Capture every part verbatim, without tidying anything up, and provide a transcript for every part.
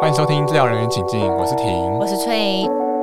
欢迎收听治疗人员请进，我是婷， 我是翠。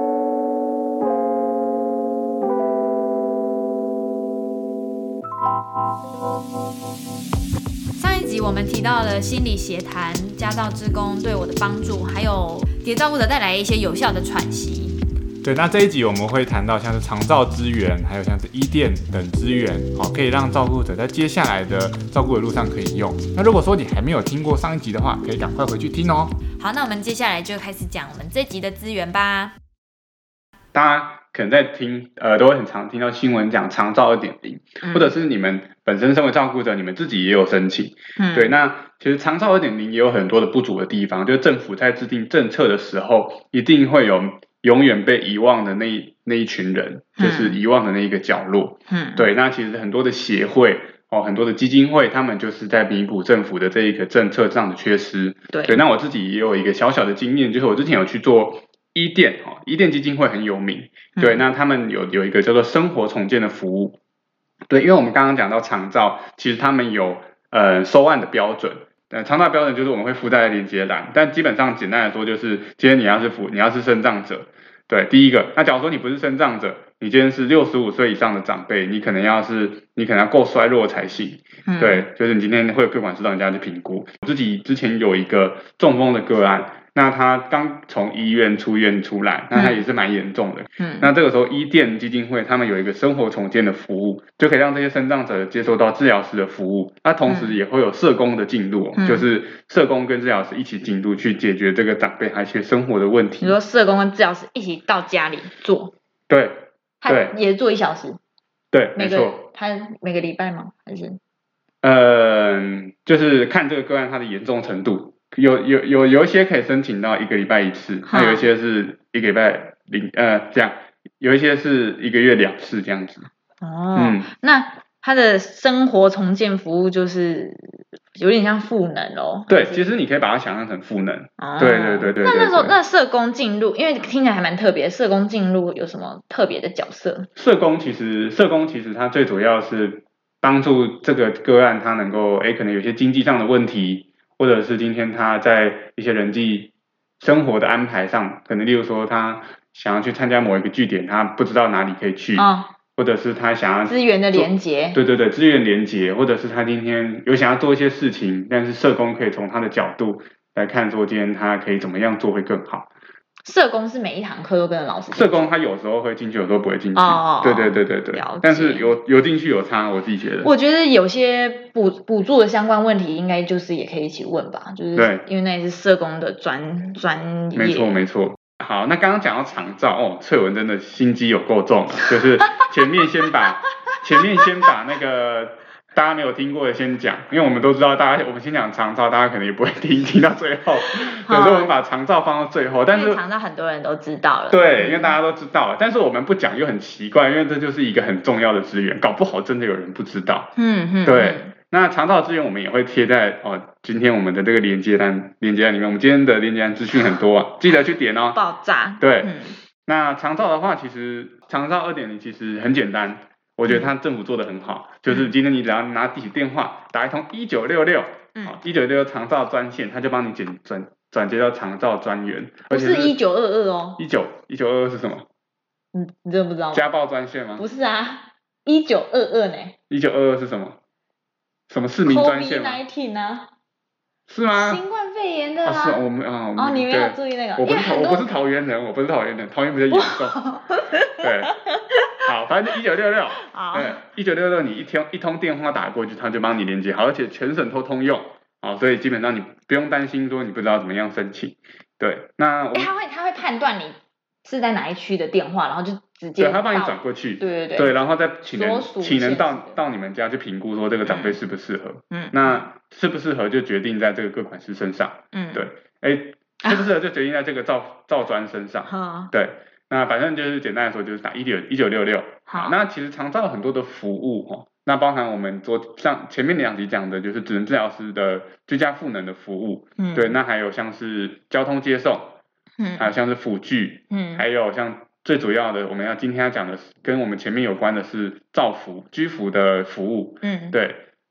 上一集我们提到了心理协谈、家照志工对我的帮助，还有给照顾者带来一些有效的喘息。 对，那这一集我们会谈到像是长照资源，还有像是医电等资源，好，可以让照顾者在接下来的照顾的路上可以用。那如果说你还没有听过上一集的话，可以赶快回去听哦。 好，那我们接下来就开始讲我们这集的资源吧。 大家可能在听，呃，都会很常听到新闻讲长照 二点零、嗯、或者是你们本身身为照顾者，你们自己也有申请。嗯，对，那其实长照 二点零 也有很多的不足的地方，就是政府在制定政策的时候，一定会有永远被遗忘的那一那一群人，就是遗忘的那一个角落。嗯，对，那其实很多的协会哦，很多的基金会，他们就是在弥补政府的这一个政策上的缺失。对，对，那我自己也有一个小小的经验，就是我之前有去做伊甸，哦，伊甸基金会很有名。对，那他们有有一个叫做生活重建的服务。对，因为我们刚刚讲到长照，其实他们有呃收案的标准。呃，长照标准就是我们会附在连结栏，但基本上简单来说就是，今天你要是服你要是身障者，对，第一个，那假如说你不是身障者，你今天是六十五岁以上的长辈，你可能要是你可能要够衰弱才行。嗯，对，就是你今天会有个管师让人家去评估。我自己之前有一个中风的个案。那他刚从医院出院出来，那他也是蛮严重的。嗯，那这个时候伊甸基金会他们有一个生活重建的服务，就可以让这些身障者接受到治疗师的服务。那同时也会有社工的进入，嗯，就是社工跟治疗师一起进入去解决这个长辈还有一些生活的问题。 你说社工跟治疗师一起到家里做？ 对，对， 也做一小时。 对，没错。 他每个礼拜吗？还是？ 呃，就是看这个个案它的严重程度。有有有有一些可以申请到一个礼拜一次，那有一些是一个礼拜零呃这样，有一些是一个月两次这样子。 哦，嗯，那他的生活重建服务就是有点像赋能哦。 对，其实你可以把它想象成赋能。哦，对对对 对, 对。 那那时候那社工进入，因为听起来还蛮特别，社工进入有什么特别的角色？ 社工其实社工其实它最主要是帮助这个个案，他能够诶可能有些经济上的问题。或者是今天他在一些人际生活的安排上，可能例如说他想要去参加某一个据点，他不知道哪里可以去，哦，或者是他想要资源的连结， 对对对，资源连结，或者是他今天有想要做一些事情，但是社工可以从他的角度来看，说今天他可以怎么样做会更好。 社工是每一堂课都跟着老师进去？ 社工他有时候会进去，有时候不会进去。哦，对对对对对。但是有有进去有差，我自己觉得。 我觉得有些补补助的相关问题，应该就是也可以一起问吧，就是对，因为那也是社工的专专业。 没错没错。好，那刚刚讲到长照哦，翠文真的心机有够重啊，就是前面先把前面先把那个。大家没有听过的先讲，因为我们都知道，大家我们先讲长照，大家可能也不会听听到最后，有时候我们把长照放到最后，但是长照很多人都知道了， 对，因为大家都知道了，但是我们不讲又很奇怪，因为这就是一个很重要的资源，搞不好真的有人不知道，嗯嗯，对，那长照资源我们也会贴在哦，今天我们的这个连接单连接单里面，我们今天的连接单资讯很多啊，记得去点哦， 爆炸， 对，嗯，那长照的话，其实长照 二点零 其实很简单。我觉得他政府做得很好，嗯，就是今天你只要拿地址电话打一通一九六六，嗯，一九六六长照专线，他就帮你转转转接到长照专员， 不是一九二二哦， 一九一九二二是什么？ 你你真的不知道吗？ 家暴专线吗？ 不是啊，一九二二呢？ 一九二二是什么？什么市民专线吗 ？COVID 十九 啊。 是吗？ 新冠肺炎的啦。 啊，是我们啊， 哦，你没有注意那个？ 我不是我不是桃园人，我不是桃园人，桃园比较严重。对，好，反正一九六六，对，一九六六，你一通一通电话打过去，他就帮你连接好，而且全省都通用，好，所以基本上你不用担心说你不知道怎么样申请。对，那欸，他会他会判断你是在哪一区的电话，然后就直接对，他帮你转过去， 对对对， 对，然后再请人请人到到你们家去评估说这个长辈适不适合，嗯，那适不适合就决定在这个个管师身上，嗯，对，哎，适不适合就决定在这个照照专身上，啊，对，那反正就是简单来说就是打一九一九六六，好，那其实长照很多的服务哦，那包含我们昨上前面两集讲的就是职能治疗师的居家赋能的服务，嗯，对，那还有像是交通接送，嗯，还有像是辅具，嗯，还有像。最主要的，我们要今天要讲的跟我们前面有关的是照服、居服的服务，嗯，对，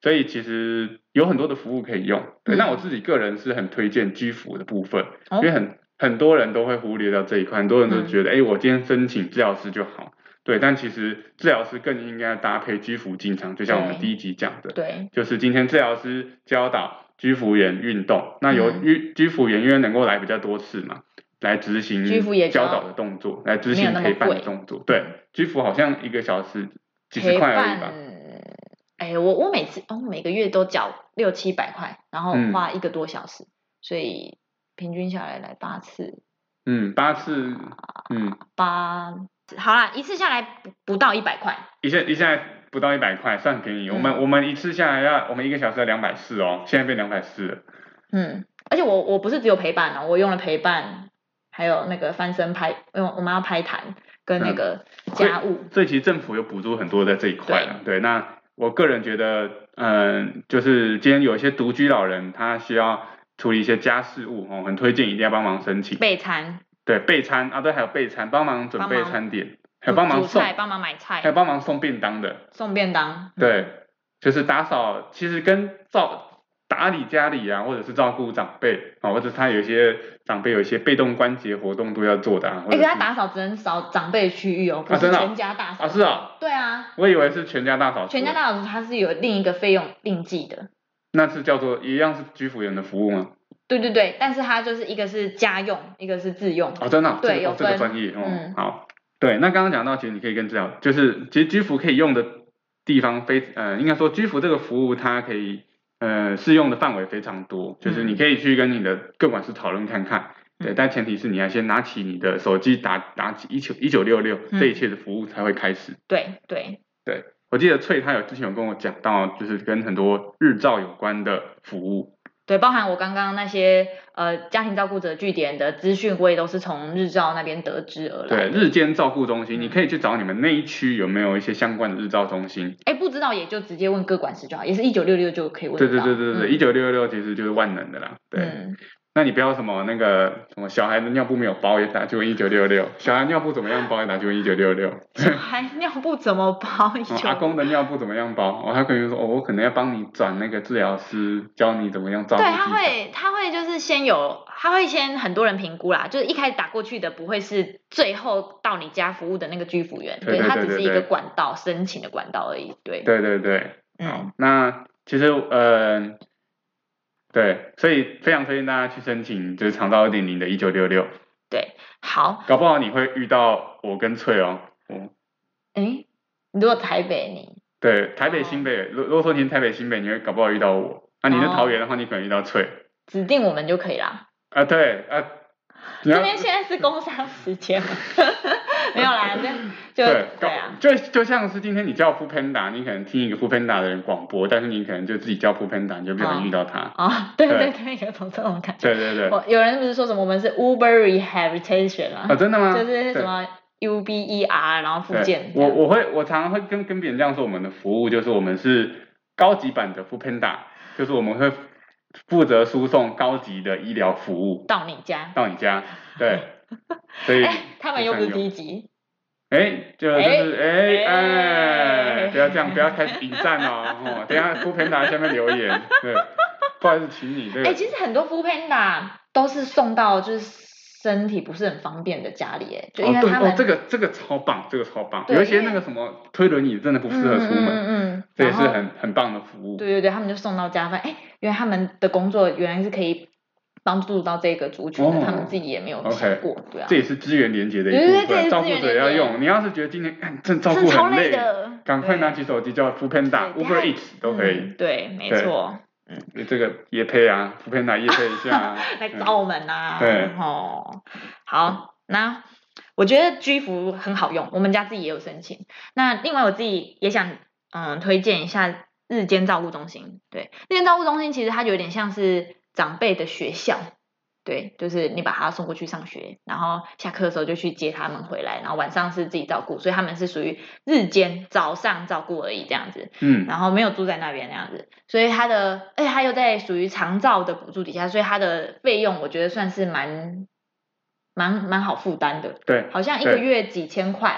所以其实有很多的服务可以用。对， 嗯、 那我自己个人是很推荐居服的部分，哦、因为很很多人都会忽略到这一块，很多人都觉得，哎、嗯，我今天申请治疗师就好。对，但其实治疗师更应该搭配居服进场，就像我们第一集讲的， 对， 就是今天治疗师教导居服员运动，那由居居服员因为能够来比较多次嘛，来执行教导的动作，来执行陪伴的动作。对，居服好像一个小时几十块而已吧。 哎，我我每次哦每个月都缴六七百块，然后花一个多小时，嗯、所以平均下来来八次。 嗯，八次，嗯， 八。好啦，一次下来不不到一百块， 一下一下不到一百块，算很便宜。嗯、我们我们一次下来要，我们一个小时要两百四哦，现在变两百四了。 嗯，而且我我不是只有陪伴哦，我用了陪伴，还有那个翻身拍，因为我们要拍痰跟那个家务。 嗯、所以其实政府有补助很多在这一块了。对，那我个人觉得，嗯，就是今天有一些独居老人，他需要处理一些家事务哦，很推荐一定要帮忙申请备餐。 对，备餐啊，对，还有备餐，帮忙准备餐点，还有帮忙送菜，帮忙买菜， 还有帮忙送便当的。 送便当。 对，嗯、就是打扫，其实跟照打理家里啊，或者是照顾长辈啊，或者他有一些长辈有一些被动关节活动都要做的啊。 哎，他打扫只能扫长辈区域哦，不是全家大扫。 啊，是啊。 对啊。 我以为是全家大扫除。 全家大扫除它是有另一个费用另计的。 那是叫做一样是居服员的服务吗？ 对对对，但是它就是一个是家用，一个是自用。 哦，真的、哦， 对， 这个、 有哦、这个专业哦、 嗯。 好，对，那刚刚讲到，其实你可以跟治疗，就是其实居服可以用的地方非呃，应该说居服这个服务它可以呃适用的范围非常多，就是你可以去跟你的个管师讨论看看，嗯、对，但前提是你要先拿起你的手机打打起一九一九六六，这一切的服务才会开始。 对对对，我记得翠她有之前有跟我讲到，就是跟很多日照有关的服务。 对，包含我刚刚那些呃家庭照顾者据点的资讯，我也都是从日照那边得知而来的。 对，日间照顾中心，嗯、你可以去找你们那一区有没有一些相关的日照中心。 哎，不知道也就直接问个管师就好，也是一九六六就可以问得到。对对对对对，一九六六其实就是万能的啦。对。嗯，那你不要什么那个什么小孩的尿布没有包也打去问一九六六，小孩尿布怎么样包也打去问一九六六。 小孩尿布怎么包？ 哦、阿公的尿布怎么样包？哦，他可能说哦，我可能要帮你转那个治疗师，教你怎么样照顾。 对，他会他会就是先有，他会先很多人评估啦，就是一开始打过去的不会是最后到你家服务的那个居服员，对，他只是一个管道申请的管道而已。对对对对，嗯，那其实呃。对，所以非常推荐大家去申请，就是长照 二点零 的一九六六。 对，好。 搞不好你会遇到我跟翠哦。 嗯。哎，如果台北你。 对，台北新北，如、哦、如果说你是台北新北，你会搞不好遇到我。那、啊、你是桃园的话，哦、你可能遇到翠。 指定我们就可以啦。 啊，对啊。 这边现在是工商时间嘛？没有啦，就对对啊， 就就像是今天你叫 Foodpanda， 你可能听一个 Foodpanda 的人广播，但是你可能就自己叫 Foodpanda， 你就不小心遇到他。 啊、哦哦，对对对，有种这种感觉。 对对对。 我有人不是说什么我们是 Uber Rehabilitation 啊？ 啊、哦，真的吗？ 就是什么 U B E R， 然后附件。 我我会我常常会跟跟别人这样说，我们的服务就是我们是高级版的 Foodpanda， 就是我们会负责输送高级的医疗服务到你家。 到你家。对，所以、 欸、他们又不是第一集， 哎、欸，就就是哎哎，不要这样，不要开始引战哦，哦，等一下 Foodpanda 下面留言，对，不好意思，请你对。 哎、欸，其实很多 Foodpanda 都是送到就是身体不是很方便的家里，哎，就因为他们、 哦、这个这个超棒，这个超棒，有一些那个什么推轮椅真的不适合出门，嗯嗯嗯，这也是很很棒的服务。 对对对，他们就送到家，发现哎，原来他们的工作原来是可以帮助到这个族群的，哦、他们自己也没有想过， okay, 对啊， 这也是资源连结的一部分，照顾者要用。你要是觉得今天看这照顾很累，赶快拿起手机叫 Foodpanda、Uber Eats 都可以。 嗯、对，没错。 嗯，这个业配啊 ，Foodpanda 业配一下、啊， 来找我们啊。 对， 哦，好，那我觉得居服很好用，我们家自己也有申请。那另外我自己也想嗯推荐一下日间照顾中心。对，日间照顾中心其实它有点像是长辈的学校，对，就是你把他送过去上学，然后下课的时候就去接他们回来，然后晚上是自己照顾，所以他们是属于日间早上照顾而已这样子，嗯，然后没有住在那边那样子，所以他的，而且他又在属于长照的补助底下，所以他的费用我觉得算是蛮蛮蛮好负担的， 对， 好像一个月几千块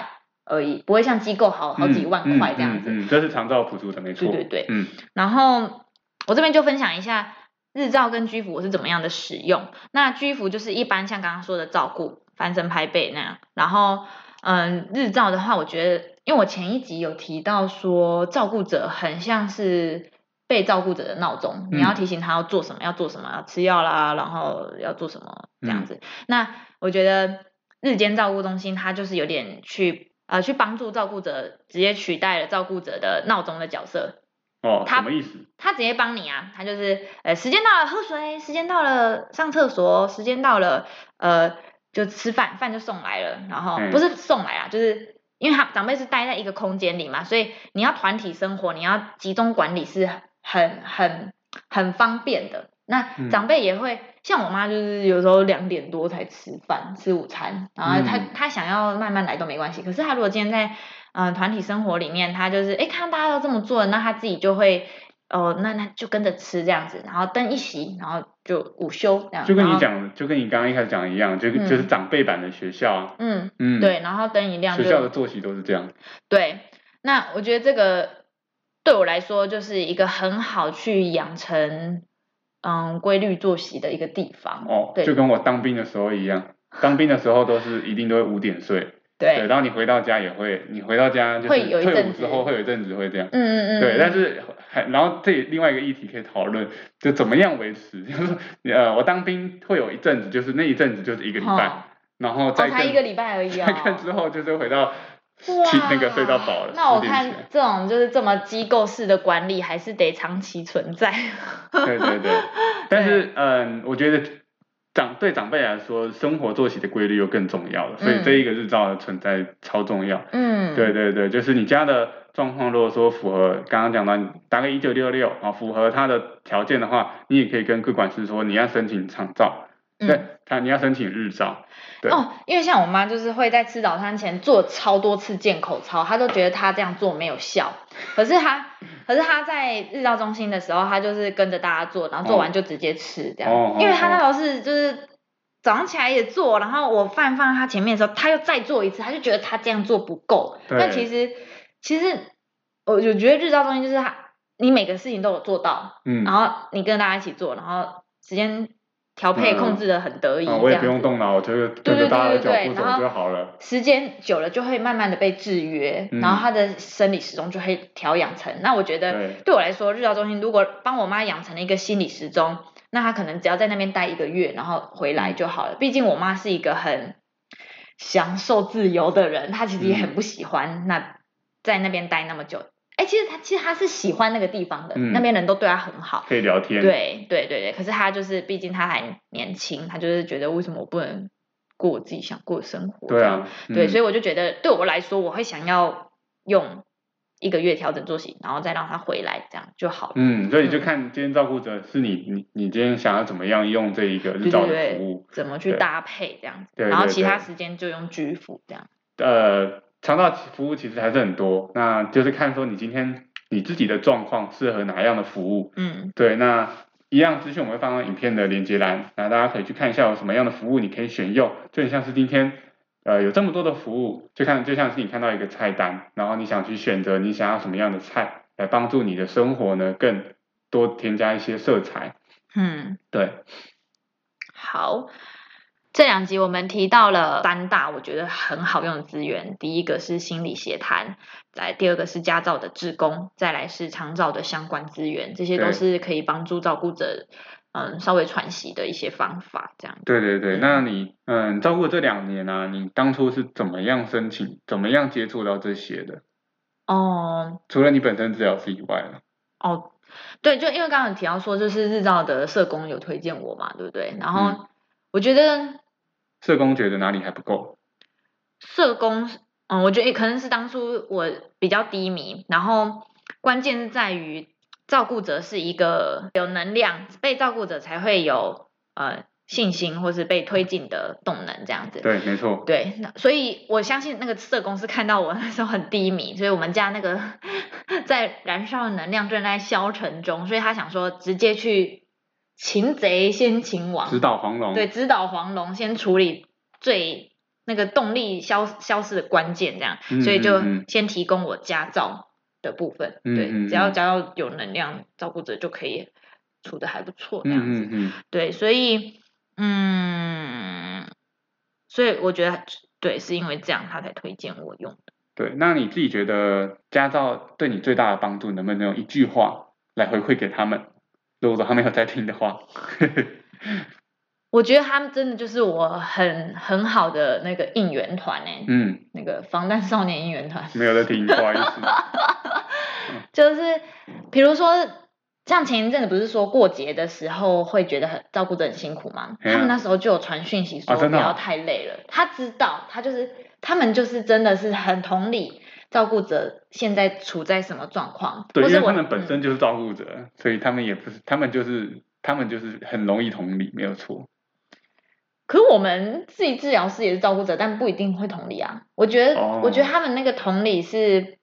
而已，不会像机构好好几万块这样子。 嗯嗯嗯嗯，这是长照补助的，没错。 对对对， 嗯。 然后我这边就分享一下日照跟居服我是怎么样的使用。那居服就是一般像刚刚说的照顾，翻身拍背那样。然后嗯，日照的话，我觉得因为我前一集有提到说，照顾者很像是被照顾者的闹钟，你要提醒他要做什么，要做什么，要吃药啦，然后要做什么这样子。嗯、那我觉得日间照顾中心它就是有点去呃去帮助照顾者，直接取代了照顾者的闹钟的角色。 哦，什么意思？ 他直接帮你啊，他就是呃时间到了喝水，时间到了上厕所，时间到了呃就吃饭，饭就送来了，然后、嗯、不是送来啊，就是因为他长辈是待在一个空间里嘛，所以你要团体生活，你要集中管理是很很很方便的。那长辈也会、嗯、像我妈，就是有时候两点多才吃饭吃午餐，然后她、嗯、她想要慢慢来都没关系。可是她如果今天在嗯团体生活里面，她就是哎看大家都这么做，那她自己就会哦那那就跟着吃这样子，然后灯一熄，然后就午休这样。 就跟你讲，就跟你刚刚一开始讲的一样，就、嗯、就是长辈版的学校啊。 嗯嗯，对，然后灯一亮就， 学校的作息都是这样。 对，那我觉得这个对我来说就是一个很好去养成。嗯，规律作息的一个地方哦，对，就跟我当兵的时候一样，当兵的时候都是一定都会五点睡， 对， 对，然后你回到家也会，你回到家就是退伍之后会有一阵子会这样， 嗯嗯嗯， 对，但是还然后这另外一个议题可以讨论，就怎么样维持，就是呃，我当兵会有一阵子，就是那一阵子就是一个礼拜，哦、然后再、 哦、才一个礼拜而已、哦， 再看之后就是回到。那个睡到饱了。 那我看这种就是这么机构式的管理，还是得长期存在。 对对对，但是嗯，我觉得长对长辈来说，生活作息的规律又更重要了，所以这一个日照的存在超重要。嗯，对对对，就是你家的状况，如果说符合刚刚讲到大概一九六六啊，符合他的条件的话，你也可以跟各管事说你要申请长照，对、嗯、他你要申请日照。对哦，因为像我妈就是会在吃早餐前做超多次健口操，她都觉得她这样做没有效。可是她，可是她在日照中心的时候，她就是跟着大家做，然后做完就直接吃这样。哦、因为她那时候是就是早上起来也做，然后我饭放在她前面的时候，她又再做一次，她就觉得她这样做不够。但其实其实我就觉得日照中心就是她，你每个事情都有做到，嗯，然后你跟大家一起做，然后时间。调配控制的很得意、嗯啊，我也不用动脑，就是跟着大家的脚步走就好了。 时间久了就会慢慢的被制约，嗯、然后他的生理时钟就会调养成。那我觉得对我来说，日照中心如果帮我妈养成了一个心理时钟，那她可能只要在那边待一个月，然后回来就好了。嗯、毕竟我妈是一个很享受自由的人，她其实也很不喜欢那在那边待那么久。哎，其实他其实他是喜欢那个地方的，嗯、那边人都对他很好， 可以聊天。 对对对对，可是他就是，毕竟他还年轻，他就是觉得为什么我不能过我自己想过的生活？ 对啊， 嗯、对，所以我就觉得对我来说，我会想要用一个月调整作息，然后再让他回来，这样就好了。 嗯，所以就看今天照顾者是你，你你今天想要怎么样用这一个日照的服务， 对对对，怎么去搭配这样子，然后其他时间就用居服这样。 呃。长照服务其实还是很多，那就是看说你今天你自己的状况适合哪样的服务，嗯，对，那一样资讯我们会放到影片的连结栏，那大家可以去看一下有什么样的服务你可以选用，就很像是今天呃有这么多的服务，就看就像是你看到一个菜单，然后你想去选择你想要什么样的菜，来帮助你的生活呢更多添加一些色彩，嗯，对， 好。这两集我们提到了三大我觉得很好用的资源，第一个是心理协谈，再来第二个是家照的志工，再来是长照的相关资源，这些都是可以帮助照顾者嗯稍微喘息的一些方法。这样。 对对对，嗯、那你嗯照顾这两年啊，你当初是怎么样申请，怎么样接触到这些的？哦，除了你本身治疗师以外呢？ 哦，对，就因为刚刚提到说，就是日照的社工有推荐我嘛，对不对？然后、嗯、我觉得。 社工觉得哪里还不够？ 社工，嗯，我觉得可能是当初我比较低迷，然后关键是在于照顾者是一个有能量，被照顾者才会有呃信心或是被推进的动能这样子。 对，没错。 对，所以我相信那个社工是看到我那时候很低迷，所以我们家那个在燃烧的能量正在消沉中，所以他想说直接去。擒贼先擒王， 直捣黄龙。 对，直捣黄龙，先处理最那个动力消消失的关键，这样， 嗯、 所以就嗯先提供我家照的部分， 嗯、 对， 嗯、 只要只要有能量，照顾者就可以处得还不错，这样子， 嗯嗯嗯、 对，所以嗯，所以我觉得对，是因为这样他才推荐我用的。 对，那你自己觉得家照对你最大的帮助，能不能用一句话来回馈给他们？如果说他们有在听的话。 我觉得他们真的就是我很很好的那个应援团哎， 嗯， 那个防弹少年应援团。 没有在听，不好意思。 就是比如说，像前一阵子不是说过节的时候会觉得很照顾者很辛苦吗？他们那时候就有传讯息说不要太累了。他知道，他就是他们就是真的是很同理照顾者现在处在什么状况。 对，因为他们本身就是照顾者，嗯、所以他们也不是，他们就是他们就是很容易同理，没有错。 可我们自己治疗师也是照顾者，但不一定会同理啊。我觉得，哦、我觉得他们那个同理是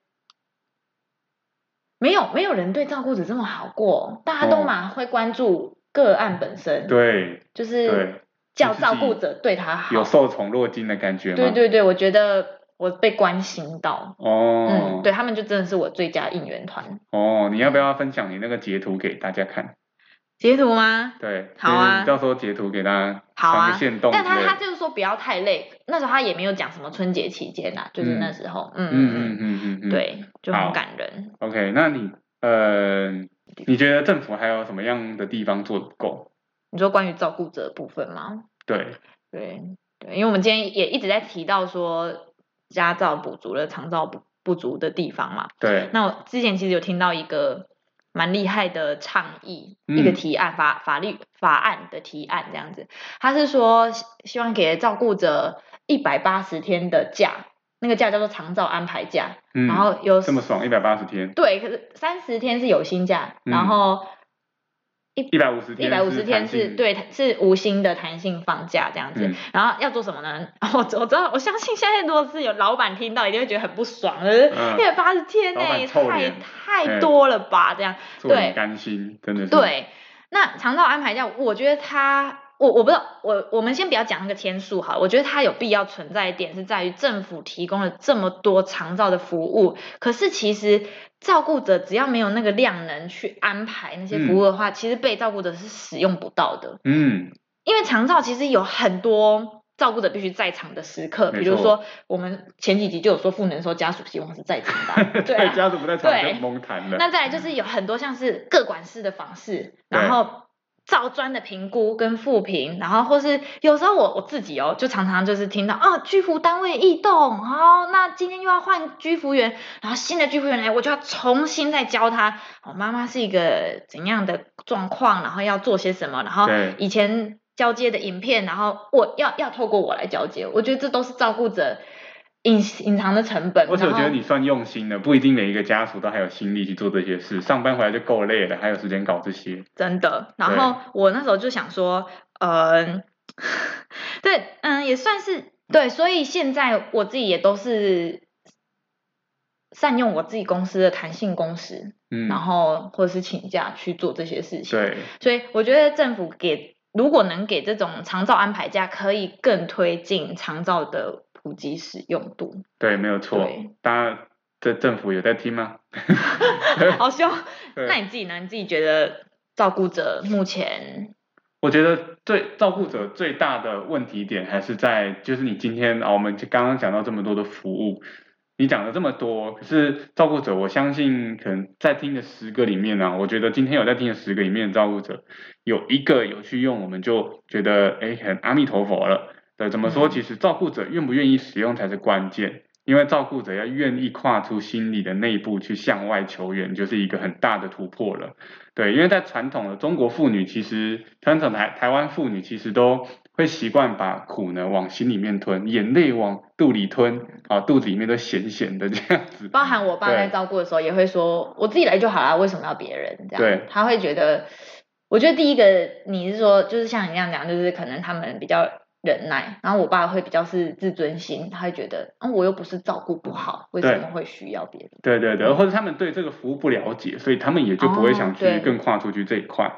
没有没有人对照顾者这么好过，大家都蛮会关注个案本身， 哦、对， 就是叫照顾者对他好， 有受宠若惊的感觉吗？ 对对对，我觉得我被关心到， 哦， 嗯，对他们就真的是我最佳应援团。 哦，你要不要分享你那个截图给大家看？ 截图吗？ 对， 好啊， 到时候截图给大家， 好啊， 限动。 但他他就是说不要太累，那时候他也没有讲什么春节期间啦，就是那时候，嗯嗯嗯嗯嗯，对，就很感人。 OK， 那你呃，你觉得政府还有什么样的地方做得不够？ 你说关于照顾者的部分吗？ 对对对，因为我们今天也一直在提到说家照补足了长照不不足的地方嘛。 对。 那我之前其实有听到一个蛮厉害的倡议，嗯、一个提案法法律法案的提案这样子，他是说希望给照顾者一百八十天的假，那个假叫做长照安排假， 嗯、 然后有这么爽一百八十天。 对，可是三十天是有薪假，嗯、然后一百五十天， 一百五十天是对是无薪的弹性放假这样子，嗯、然后要做什么呢？我我知道，我相信现在如果是有老板听到，一定会觉得很不爽，就是一百八十天呢、欸，太太多了吧？欸、这样对， 甘心真的是对。那长照安排假，我觉得他，我我不知道，我我们先不要讲那个天数好，我觉得它有必要存在一点是在于政府提供了这么多长照的服务，可是其实照顾者只要没有那个量能去安排那些服务的话，嗯、其实被照顾者是使用不到的。嗯，因为长照其实有很多照顾者必须在场的时刻，比如说我们前几集就有说赋能的时候，家属希望是在场的，对、啊， 家属不在场就蒙谈了。 那再来就是有很多像是个管式的访视，然后照专的评估跟复评，然后或是有时候我我自己哦，就常常就是听到啊居服单位异动，好，那今天又要换居服员，然后新的居服员来，我就要重新再教他，哦，妈妈是一个怎样的状况，然后要做些什么，然后以前交接的影片，然后我要要透过我来交接，我觉得这都是照顾者隐隐藏的成本。 而且我觉得你算用心的，不一定每一个家属都还有心力去做这些事，上班回来就够累了，还有时间搞这些。 真的。然后我那时候就想说，嗯、呃，对，嗯，也算是对，所以现在我自己也都是善用我自己公司的弹性工时，嗯，然后或者是请假去做这些事情。 对， 所以我觉得政府给如果能给这种长照安排假，可以更推进长照的普及使用度。 对，没有错。大家这政府有在听吗？ 好凶。那你自己呢？你自己觉得照顾者目前？ 我觉得最照顾者最大的问题点还是在，就是你今天啊，我们刚刚讲到这么多的服务，你讲了这么多，可是照顾者，我相信可能在听的十个里面呢、啊，我觉得今天有在听的十个里面的照顾者，有一个有去用，我们就觉得哎，很阿弥陀佛了。对，怎么说？其实照顾者愿不愿意使用才是关键，因为照顾者要愿意跨出心理的内部去向外求援，就是一个很大的突破了。对，因为在传统的中国妇女，其实传统台台湾妇女其实都会习惯把苦呢往心里面吞，眼泪往肚里吞，啊，肚子里面都咸咸的这样子。 包含我爸在照顾的时候也会说，我自己来就好啦，为什么要别人这样？ 对， 他会觉得，我觉得第一个你是说，就是像你这样讲，就是可能他们比较忍耐，然后我爸会比较是自尊心，他会觉得，嗯，我又不是照顾不好，为什么会需要别人？ 对对对，或者他们对这个服务不了解，所以他们也就不会想去更跨出去这一块。哦、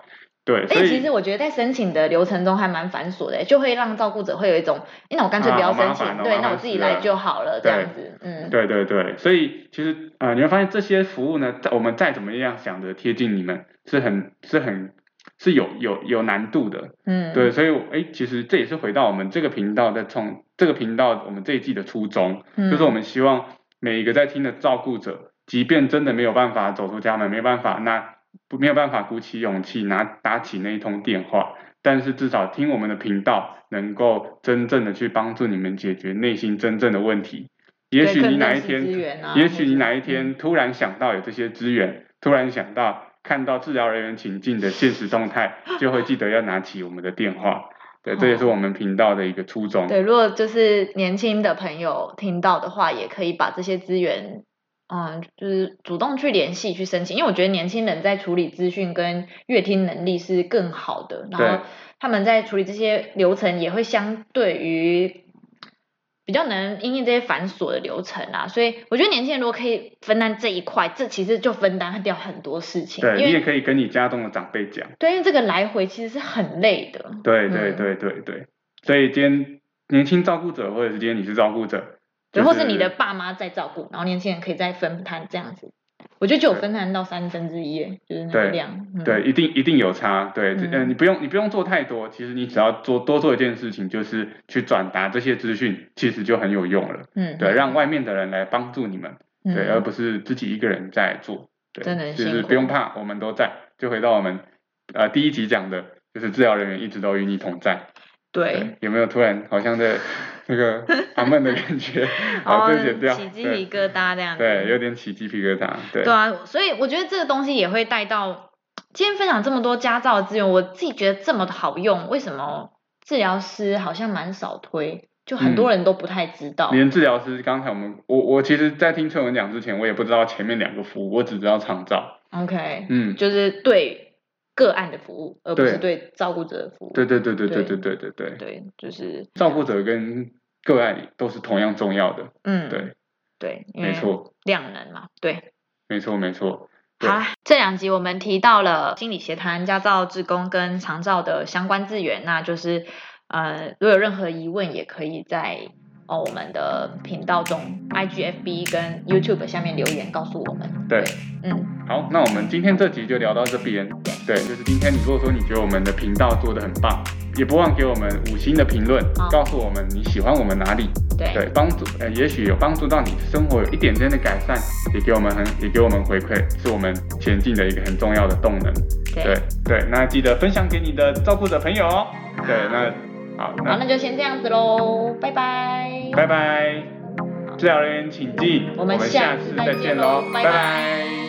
对， 所以其实我觉得在申请的流程中还蛮繁琐的，就会让照顾者会有一种，那我干脆不要申请， 啊、 对，那我自己来就好了，这样子，嗯， 对对对，所以其实呃你会发现这些服务呢，我们再怎么样想着贴近你们，是很是很是有有有难度的，嗯，对，所以哎，其实这也是回到我们这个频道的从这个频道我们这一季的初衷，嗯，就是我们希望每一个在听的照顾者，即便真的没有办法走出家门，没有办法那。没有办法鼓起勇气拿打起那一通电话，但是至少听我们的频道，能够真正的去帮助你们解决内心真正的问题。也许你哪一天，啊、也许你哪一天突然想到有这些资源，嗯、突然想到看到治疗人员情境的现实动态，就会记得要拿起我们的电话。对，这也是我们频道的一个初衷。 对，如果就是年轻的朋友听到的话，也可以把这些资源。嗯，就是主动去联系去申请，因为我觉得年轻人在处理资讯跟阅听能力是更好的，然后他们在处理这些流程也会相对于比较能因应这些繁琐的流程啊，所以我觉得年轻人如果可以分担这一块，这其实就分担掉很多事情。 对，你也可以跟你家中的长辈讲。 对，因为这个来回其实是很累的。 对对对对对，嗯、所以今天年轻照顾者，或者是今天你是照顾者。 对，或是你的爸妈在照顾，然后年轻人可以再分摊这样子，我觉得就有分摊到三分之一，就是那个量。 对，嗯、对，一定一定有差。对，嗯、呃，你不用你不用做太多，其实你只要做多做一件事情，就是去转达这些资讯，其实就很有用了。嗯，对，让外面的人来帮助你们，嗯、对，而不是自己一个人在做。对， 真的就是不用怕，我们都在。就回到我们呃第一集讲的，就是治疗人员一直都与你同在。 对， 对，有没有突然好像在那个阿闷的感觉？ 哦，起鸡皮疙瘩这样子。 对，有点起鸡皮疙瘩。对。 对啊，所以我觉得这个东西也会带到今天分享这么多家照的资源，我自己觉得这么好用，为什么治疗师好像蛮少推？就很多人都不太知道。 嗯、连治疗师，刚才我们我我其实，在听春文讲之前，我也不知道前面两个服务，我只知道长照。 OK。嗯，就是对。个案的服务，而不是对照顾者的服务。 对对对对对对对对对。 对，就是照顾者跟个案都是同样重要的。 嗯， 对对， 没错， 量能嘛，对， 没错没错。 好，这两集我们提到了心理协谈、家照志工跟长照的相关资源，那就是呃，如果有任何疑问，也可以在哦我们的频道中 I G F B 跟 YouTube 下面留言告诉我们。 对，嗯。好，那我们今天这集就聊到这边。对，就是今天你如果说你觉得我们的频道做得很棒，也不忘给我们五星的评论，哦、告诉我们你喜欢我们哪里。 对， 对，帮助呃，也许有帮助到你生活有一点点的改善，也给我们很也给我们回馈，是我们前进的一个很重要的动能。 对对对，那记得分享给你的照顾者朋友哦。对，那好， 那好，那就先这样子喽，拜拜。 拜拜，治疗人员请进， 我们下次再见喽，拜拜。